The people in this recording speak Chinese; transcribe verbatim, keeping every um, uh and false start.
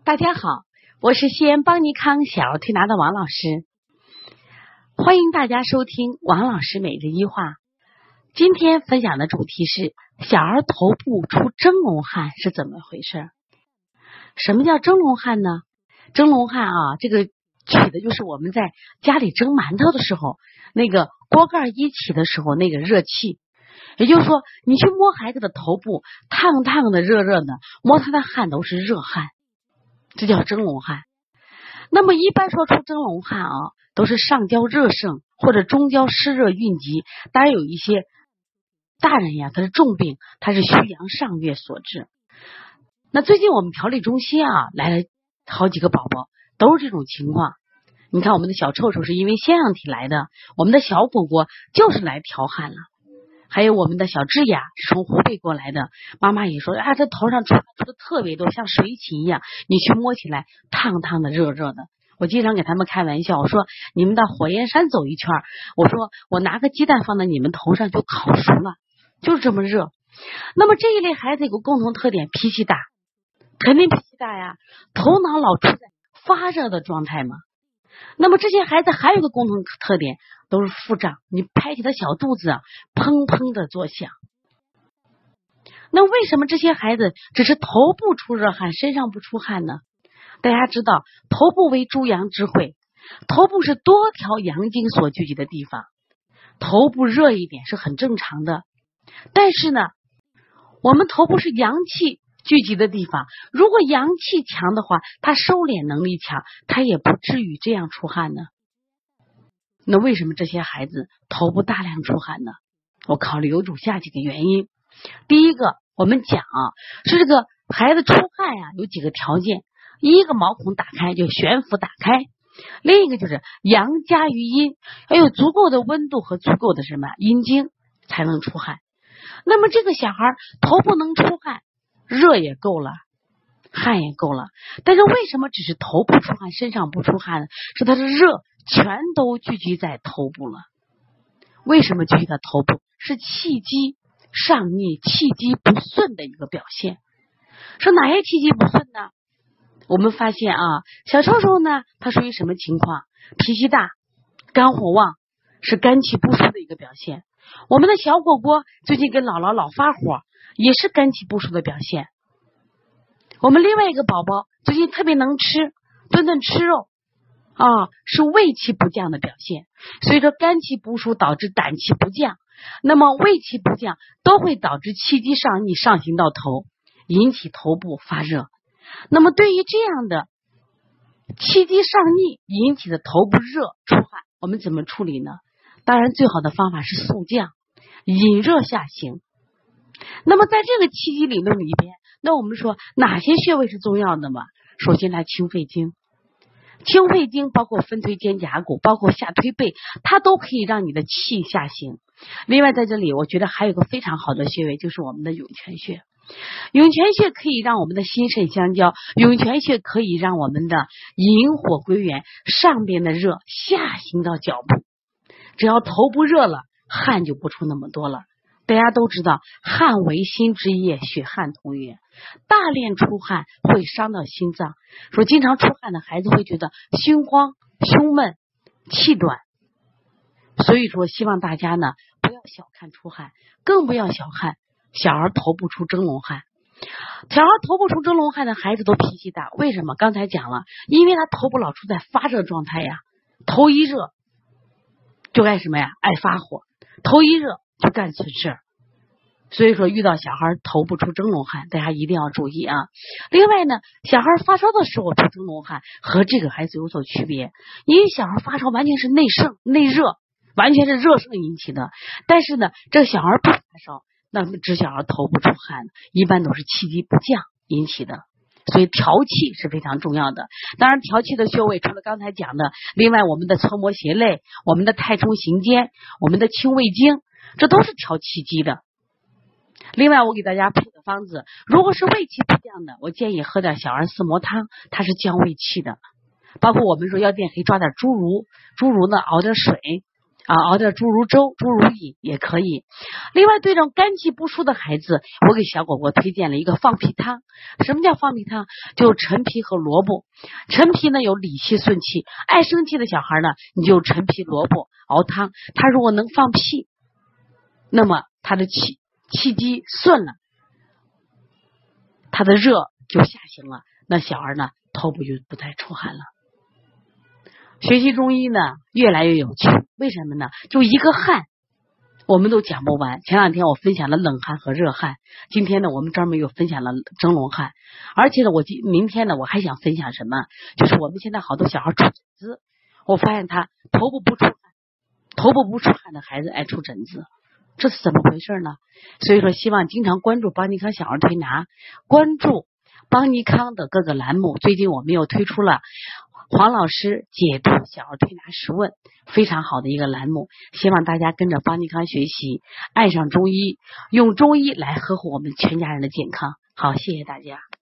大家好，我是西安邦尼康小儿推拿的王老师，欢迎大家收听王老师每日一话。今天分享的主题是小儿头部出蒸笼汗是怎么回事？什么叫蒸笼汗呢？蒸笼汗啊，这个取的就是我们在家里蒸馒头的时候，那个锅盖一起的时候那个热气。也就是说，你去摸孩子的头部，烫烫的、热热的，摸他的汗都是热汗，这叫蒸笼汗。那么一般说出蒸笼汗啊，都是上焦热盛或者中焦湿热蕴积。当然有一些大人呀，他是重病，他是虚阳上越所致。那最近我们调理中心啊，来了好几个宝宝，都是这种情况。你看我们的小臭臭是因为腺样体来的，我们的小果果就是来调汗了。还有我们的小智雅是从湖北过来的，妈妈也说啊，这头上出出的特别多，像水起一样，你去摸起来烫烫的、热热的。我经常给他们开玩笑，我说你们到火焰山走一圈，我说我拿个鸡蛋放在你们头上就烤熟了，就是这么热。那么这一类孩子有个共同特点，脾气大，肯定脾气大呀，头脑老处在发热的状态嘛。那么这些孩子还有个共同特点，都是腹胀，你拍起他小肚子啊，砰砰的作响。那为什么这些孩子只是头部出热汗，身上不出汗呢？大家知道，头部为诸阳之会，头部是多条阳经所聚集的地方，头部热一点是很正常的。但是呢，我们头部是阳气聚集的地方，如果阳气强的话，它收敛能力强，它也不至于这样出汗呢。那为什么这些孩子头部大量出汗呢？我考虑有以下几个原因。第一个，我们讲啊，是这个孩子出汗呀、啊，有几个条件。一个毛孔打开，就悬浮打开；另一个就是阳加于阴，要有足够的温度和足够的什么阴经才能出汗。那么这个小孩头部能出汗，热也够了，汗也够了，但是为什么只是头部出汗，身上不出汗呢？是他的热全都聚集在头部了。为什么聚集在头部？是气机上逆、气机不顺的一个表现。说哪些气机不顺呢？我们发现啊，小臭臭呢，它属于什么情况？脾气大，肝火旺，是肝气不舒的一个表现。我们的小果果最近跟姥姥老发火，也是肝气不舒的表现。我们另外一个宝宝最近特别能吃，顿顿吃肉啊，是胃气不降的表现。所以说肝气不舒导致胆气不降，那么胃气不降都会导致气机上逆上行到头，引起头部发热。那么对于这样的气机上逆引起的头部热出汗，我们怎么处理呢？当然最好的方法是速降，引热下行。那么在这个气机理论里边，那我们说哪些穴位是重要的嘛？首先来清肺经，清肺经包括分推肩胛骨，包括下推背，它都可以让你的气下行。另外在这里我觉得还有个非常好的穴位，就是我们的涌泉穴。涌泉穴可以让我们的心肾相交，涌泉穴可以让我们的引火归元，上边的热下行到脚部。只要头部热了，汗就不出那么多了。大家都知道，汗为心之液，血汗同源，大量出汗会伤到心脏。说经常出汗的孩子会觉得心慌、胸闷、气短。所以说希望大家呢不要小看出汗，更不要小看小儿头部出蒸笼汗。小儿头部出蒸笼汗的孩子都脾气大，为什么？刚才讲了，因为他头部老处在发热状态呀，头一热就爱什么呀？爱发火，头一热就干蠢事。所以说遇到小孩头部出蒸笼汗，大家一定要注意啊。另外呢，小孩发烧的时候出蒸笼汗和这个孩子有所区别，因为小孩发烧完全是内盛内热，完全是热盛引起的。但是呢，这个小孩不发烧，那么指小孩头部出汗一般都是气机不降引起的。所以调气是非常重要的。当然调气的穴位除了刚才讲的，另外我们的搓摩胁肋，我们的太冲行间，我们的清胃经，这都是调气机的。另外我给大家配的方子，如果是胃气不降的，我建议喝点小儿四磨汤，它是降胃气的。包括我们说药店可以抓点猪乳，猪乳呢熬点水啊，熬点猪乳粥、猪乳饮也可以。另外，对这种肝气不舒的孩子，我给小果果推荐了一个放脾汤。什么叫放脾汤？就陈皮和萝卜。陈皮呢有理气顺气，爱生气的小孩呢，你就陈皮萝卜熬汤，他如果能放屁，那么他的气气机顺了，他的热就下行了，那小孩呢头部就不再出汗了。学习中医呢越来越有趣，为什么呢？就一个汗我们都讲不完。前两天我分享了冷汗和热汗，今天呢我们专门又分享了蒸笼汗，而且呢我明天呢我还想分享什么，就是我们现在好多小孩出疹子，我发现他头部不出汗，头部不出汗的孩子爱出疹子，这是怎么回事呢？所以说希望经常关注邦尼康小儿推拿，关注邦尼康的各个栏目。最近我们又推出了黄老师解读小儿推拿十问，非常好的一个栏目，希望大家跟着邦尼康学习，爱上中医，用中医来呵护我们全家人的健康。好，谢谢大家。